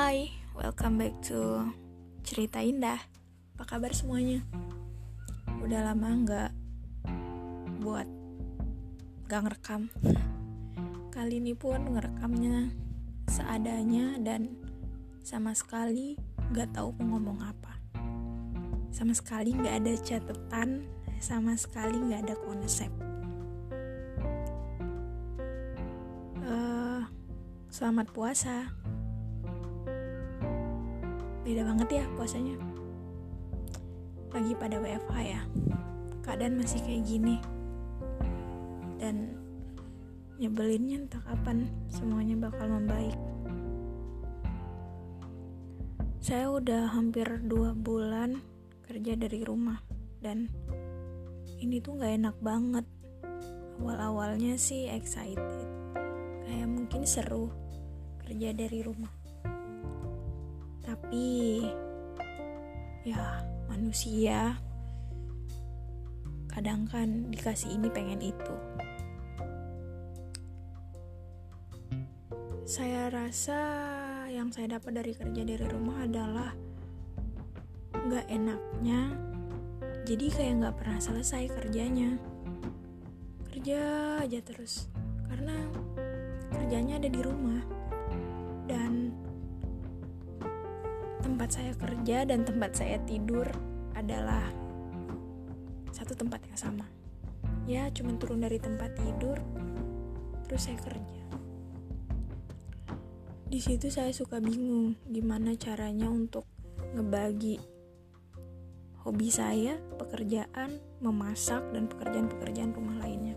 Hai, welcome back to Cerita Indah. Apa kabar semuanya? Udah lama gak ngerekam. Kali ini pun ngerekamnya seadanya dan sama sekali gak tahu mau ngomong apa. Sama sekali gak ada catatan, sama sekali gak ada konsep. Selamat puasa. Beda banget ya puasanya. Lagi pada WFH ya. Keadaan masih kayak gini. Dan nyebelinnya entah kapan semuanya bakal membaik. Saya udah hampir 2 bulan kerja dari rumah. Dan ini tuh gak enak banget. Awal-awalnya sih excited. Kayak mungkin seru kerja dari rumah. Tapi ya manusia kadang kan dikasih ini pengen itu. Saya rasa yang saya dapat dari kerja dari rumah adalah gak enaknya jadi kayak gak pernah selesai kerjanya. Kerja aja terus karena kerjanya ada di rumah. Dan tempat saya kerja dan tempat saya tidur adalah satu tempat yang sama. Ya, cuma turun dari tempat tidur, terus saya kerja. Di situ saya suka bingung gimana caranya untuk ngebagi hobi saya, pekerjaan, memasak, dan pekerjaan-pekerjaan rumah lainnya.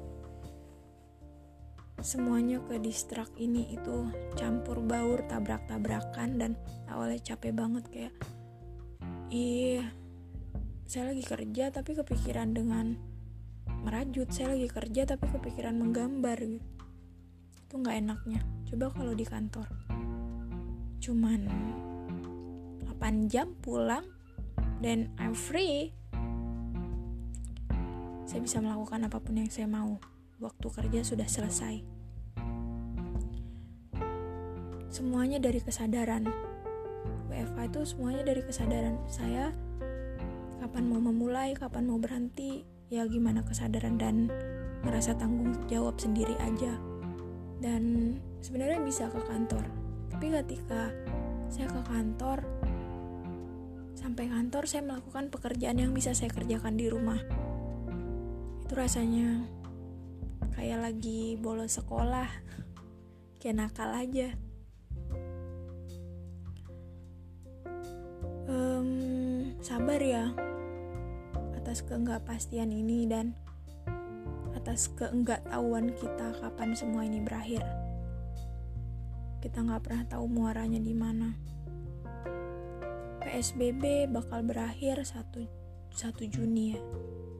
Semuanya ke distrak ini itu campur baur, tabrak-tabrakan, dan awalnya capek banget kayak saya lagi kerja tapi kepikiran dengan merajut, saya lagi kerja tapi kepikiran menggambar gitu. Itu gak enaknya. Coba kalau di kantor cuman 8 jam pulang dan I'm free, saya bisa melakukan apapun yang saya mau. Waktu kerja sudah selesai. Semuanya dari kesadaran. WFH itu semuanya dari kesadaran. Saya kapan mau memulai, kapan mau berhenti, ya gimana kesadaran dan merasa tanggung jawab sendiri aja. Dan sebenarnya bisa ke kantor. Tapi ketika saya ke kantor, sampai kantor saya melakukan pekerjaan yang bisa saya kerjakan di rumah. Itu rasanya kayak lagi bolos sekolah, kayak nakal aja. Sabar ya atas keenggakpastian ini dan atas keenggaktahuan kita kapan semua ini berakhir. Kita nggak pernah tahu muaranya di mana. PSBB bakal berakhir 1 Juni ya.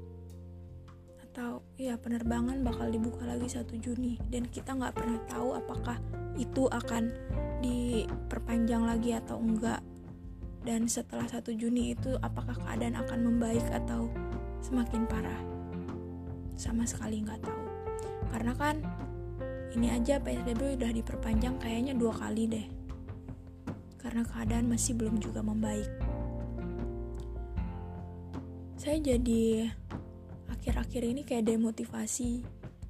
Atau ya penerbangan bakal dibuka lagi 1 Juni dan kita nggak pernah tahu apakah itu akan diperpanjang lagi atau enggak. Dan setelah 1 Juni itu apakah keadaan akan membaik atau semakin parah? Sama sekali nggak tahu. Karena kan ini aja PSBB udah diperpanjang kayaknya 2 kali deh. Karena keadaan masih belum juga membaik. Saya jadi akhir-akhir ini kayak demotivasi,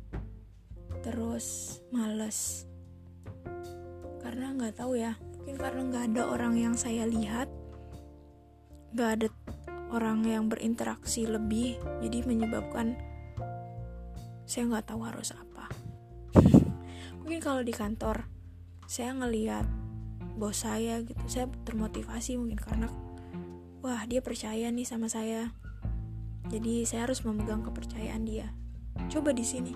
terus males, karena nggak tahu ya, mungkin karena nggak ada orang yang saya lihat, nggak ada orang yang berinteraksi lebih, jadi menyebabkan saya nggak tahu harus apa. Mungkin kalau di kantor saya ngelihat bos saya gitu, saya termotivasi mungkin karena wah dia percaya nih sama saya. Jadi saya harus memegang kepercayaan dia. Coba di sini.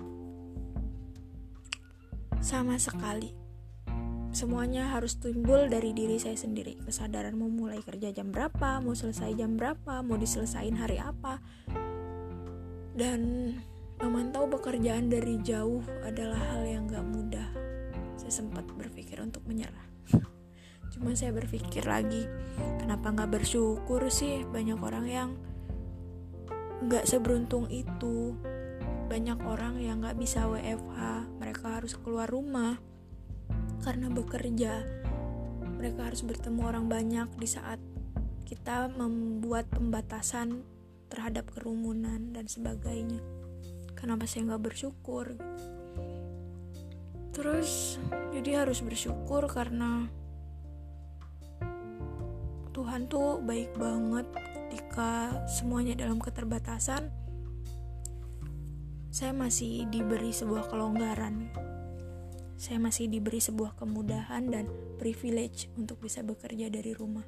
Sama sekali. Semuanya harus timbul dari diri saya sendiri. Kesadaran mau mulai kerja jam berapa, mau selesai jam berapa, mau diselesain hari apa. Dan memantau pekerjaan dari jauh adalah hal yang gak mudah. Saya sempat berpikir untuk menyerah. Cuma saya berpikir lagi, kenapa gak bersyukur sih? Banyak orang yang gak seberuntung itu. Banyak orang yang gak bisa WFH, mereka harus keluar rumah karena bekerja. mereka harus bertemu orang banyak di saat kita membuat pembatasan terhadap kerumunan dan sebagainya. Kenapa saya nggak bersyukur? Terus jadi harus bersyukur karena Tuhan tuh baik banget. Ketika semuanya dalam keterbatasan, saya masih diberi sebuah kelonggaran. Saya masih diberi sebuah kemudahan dan privilege untuk bisa bekerja dari rumah.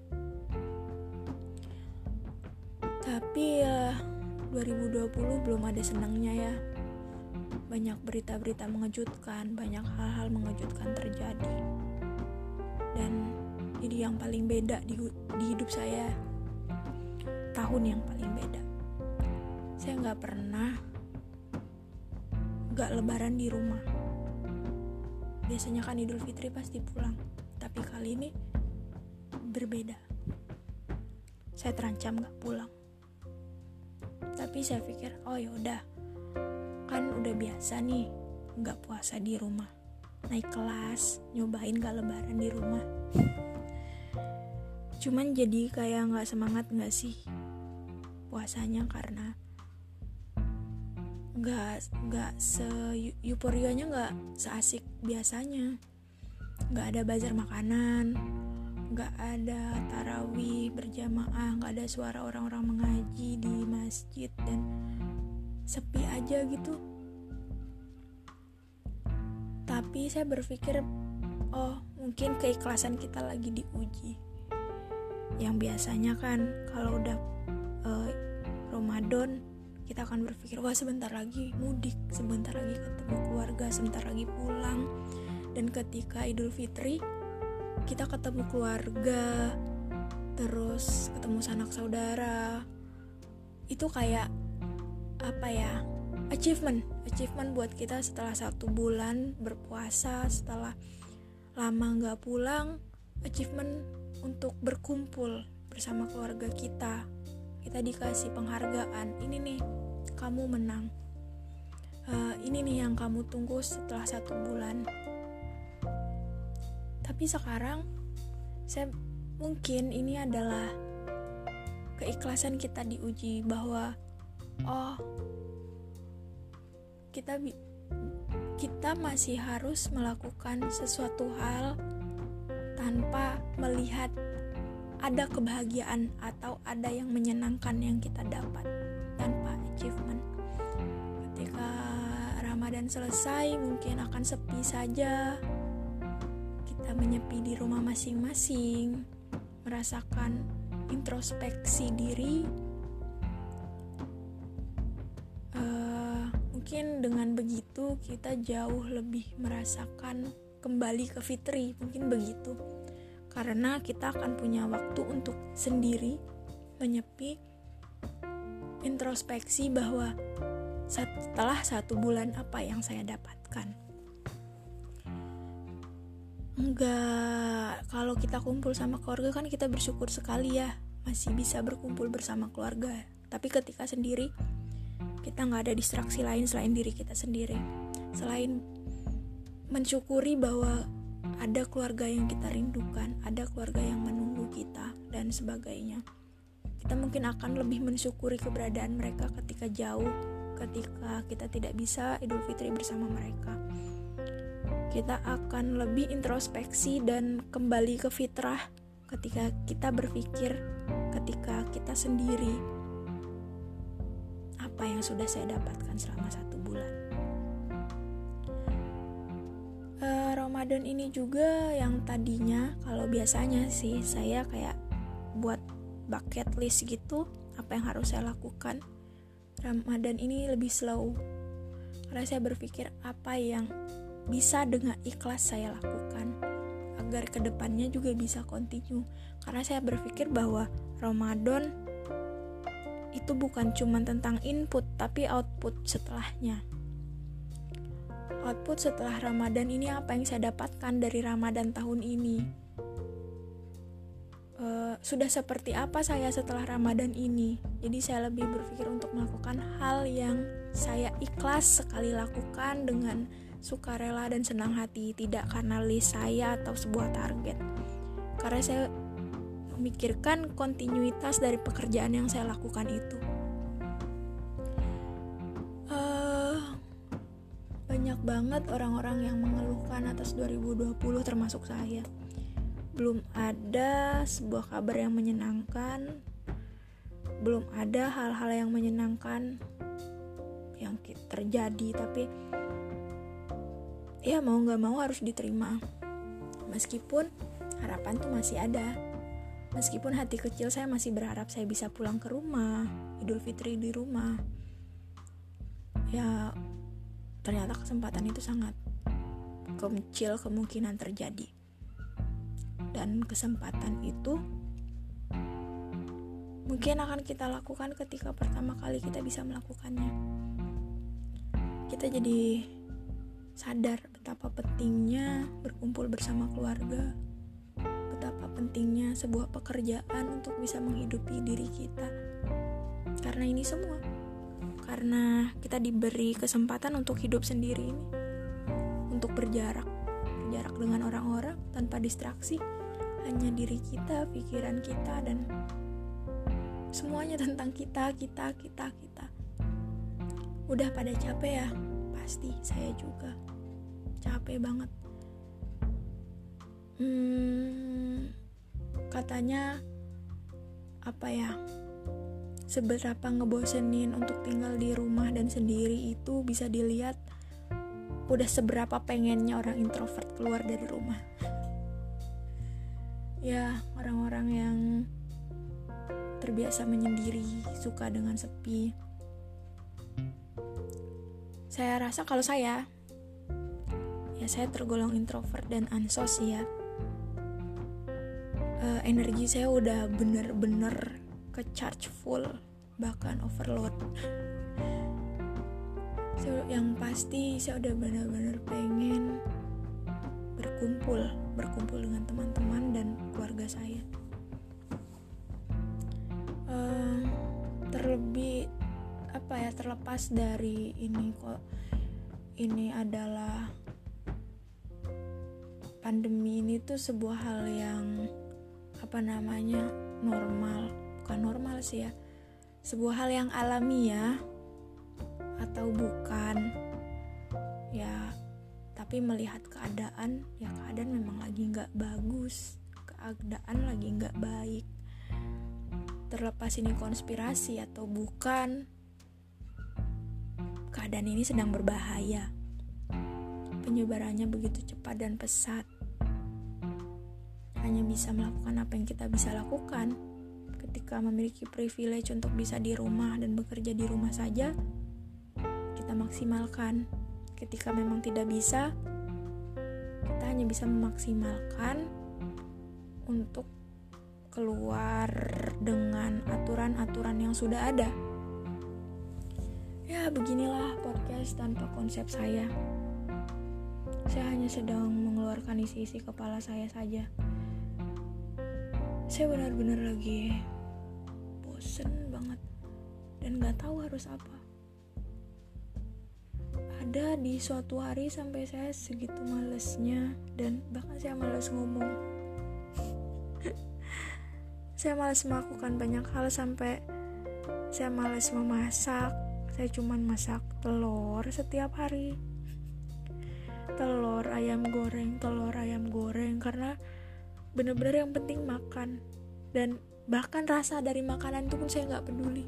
Tapi ya 2020 belum ada senangnya ya. Banyak berita-berita mengejutkan, banyak hal-hal mengejutkan terjadi. Dan jadi yang paling beda di hidup saya, tahun yang paling beda. Saya gak pernah gak lebaran di rumah. Biasanya kan Idul Fitri pasti pulang, tapi kali ini berbeda. Saya terancam gak pulang. Tapi saya pikir, oh yaudah, kan udah biasa nih gak puasa di rumah, naik kelas, nyobain gak lebaran di rumah. Cuman jadi kayak gak semangat gak sih puasanya, karena gak euforianya gak seasik biasanya. Gak ada bazar makanan, gak ada tarawih berjamaah, gak ada suara orang-orang mengaji di masjid, dan sepi aja gitu. Tapi saya berpikir, oh mungkin keikhlasan kita lagi diuji. Yang biasanya kan kalau udah Ramadan, kita akan berpikir, wah sebentar lagi mudik, sebentar lagi ketemu keluarga, sebentar lagi pulang. Dan ketika Idul Fitri, kita ketemu keluarga, terus ketemu sanak saudara. Itu kayak apa ya, achievement buat kita setelah 1 bulan berpuasa, setelah lama gak pulang, achievement untuk berkumpul bersama keluarga kita. Kita dikasih penghargaan, ini nih kamu menang, ini nih yang kamu tunggu setelah 1 bulan. Tapi sekarang mungkin ini adalah keikhlasan kita diuji, bahwa kita masih harus melakukan sesuatu hal tanpa melihat ada kebahagiaan atau ada yang menyenangkan yang kita dapat, tanpa achievement. Ketika Ramadan selesai, mungkin akan sepi saja. Kita menyepi di rumah masing-masing, merasakan introspeksi diri. Mungkin dengan begitu kita jauh lebih merasakan kembali ke fitri, mungkin begitu. Karena kita akan punya waktu untuk sendiri menyepi, introspeksi bahwa setelah 1 bulan apa yang saya dapatkan. Enggak, kalau kita kumpul sama keluarga kan kita bersyukur sekali ya, masih bisa berkumpul bersama keluarga. Tapi ketika sendiri, kita gak ada distraksi lain selain diri kita sendiri. Selain mensyukuri bahwa ada keluarga yang kita rindukan, ada keluarga yang menunggu kita, dan sebagainya. Kita mungkin akan lebih mensyukuri keberadaan mereka ketika jauh, ketika kita tidak bisa Idul Fitri bersama mereka. Kita akan lebih introspeksi dan kembali ke fitrah ketika kita berpikir, ketika kita sendiri, apa yang sudah saya dapatkan selama 1 bulan. Ramadan ini juga yang tadinya, kalau biasanya sih saya kayak buat bucket list gitu, apa yang harus saya lakukan. Ramadan ini lebih slow, karena saya berpikir apa yang bisa dengan ikhlas saya lakukan agar kedepannya juga bisa continue. Karena saya berpikir bahwa Ramadan itu bukan cuma tentang input, tapi output setelahnya. Output setelah Ramadan ini, apa yang saya dapatkan dari Ramadan tahun ini, sudah seperti apa saya setelah Ramadan ini. Jadi saya lebih berpikir untuk melakukan hal yang saya ikhlas sekali lakukan dengan sukarela dan senang hati, tidak karena list saya atau sebuah target. karena saya memikirkan kontinuitas dari pekerjaan yang saya lakukan itu. Banyak banget orang-orang yang mengeluhkan atas 2020 termasuk saya. Belum ada sebuah kabar yang menyenangkan, belum ada hal-hal yang menyenangkan yang terjadi, tapi ya mau gak mau harus diterima. Meskipun harapan tuh masih ada, meskipun hati kecil saya masih berharap saya bisa pulang ke rumah, Idul Fitri di rumah. Ya ternyata kesempatan itu sangat kecil kemungkinan terjadi. Dan kesempatan itu mungkin akan kita lakukan ketika pertama kali kita bisa melakukannya. Kita jadi sadar betapa pentingnya berkumpul bersama keluarga, betapa pentingnya sebuah pekerjaan untuk bisa menghidupi diri kita. Karena ini semua, karena kita diberi kesempatan untuk hidup sendiri ini, untuk berjarak dengan orang-orang tanpa distraksi, hanya diri kita, pikiran kita, dan semuanya tentang kita. Udah pada capek ya? Pasti, saya juga capek banget. Katanya apa ya? Seberapa ngebosenin untuk tinggal di rumah dan sendiri itu bisa dilihat udah seberapa pengennya orang introvert keluar dari rumah. Ya, orang-orang yang terbiasa menyendiri, suka dengan sepi. Saya rasa kalau saya tergolong introvert dan ansos ya. Energi saya udah bener-bener ke-charge full, bahkan overload. Yang pasti saya udah benar-benar pengen berkumpul dengan teman-teman dan keluarga saya. Terlepas dari ini adalah pandemi, ini tuh sebuah hal yang bukan normal sih ya, sebuah hal yang alami ya, atau bukan ya, tapi melihat keadaan memang lagi gak bagus, keadaan lagi gak baik. Terlepas ini konspirasi atau bukan, keadaan ini sedang berbahaya. Penyebarannya begitu cepat dan pesat. Hanya bisa melakukan apa yang kita bisa lakukan. Ketika memiliki privilege untuk bisa di rumah dan bekerja di rumah saja, kita maksimalkan. Ketika memang tidak bisa, kita hanya bisa memaksimalkan untuk keluar dengan aturan-aturan yang sudah ada. Ya, beginilah podcast tanpa konsep saya. Saya hanya sedang mengeluarkan isi-isi kepala saya saja. Saya benar-benar lagi bosen banget dan gak tahu harus apa. Ada di suatu hari sampai saya segitu malesnya, dan bahkan saya malas ngomong. Saya malas melakukan banyak hal, sampai saya malas memasak. Saya cuman masak telur setiap hari. Telur ayam goreng, karena benar-benar yang penting makan. Dan bahkan rasa dari makanan itu pun saya gak peduli.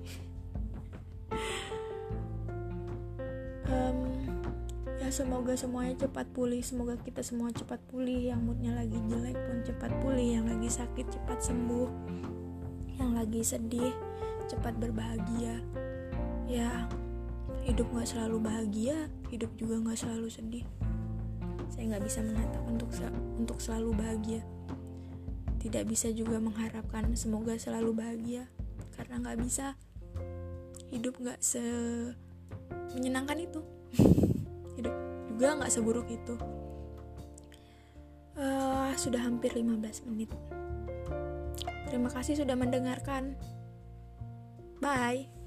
Ya semoga semuanya cepat pulih. Semoga kita semua cepat pulih. Yang moodnya lagi jelek pun cepat pulih. Yang lagi sakit cepat sembuh. Yang lagi sedih cepat berbahagia. Ya, hidup gak selalu bahagia, hidup juga gak selalu sedih. Saya gak bisa mengatakan untuk selalu bahagia. Tidak bisa juga mengharapkan semoga selalu bahagia, karena gak bisa. Hidup gak menyenangkan itu. Hidup juga gak seburuk itu. Sudah hampir 15 menit. Terima kasih sudah mendengarkan. Bye.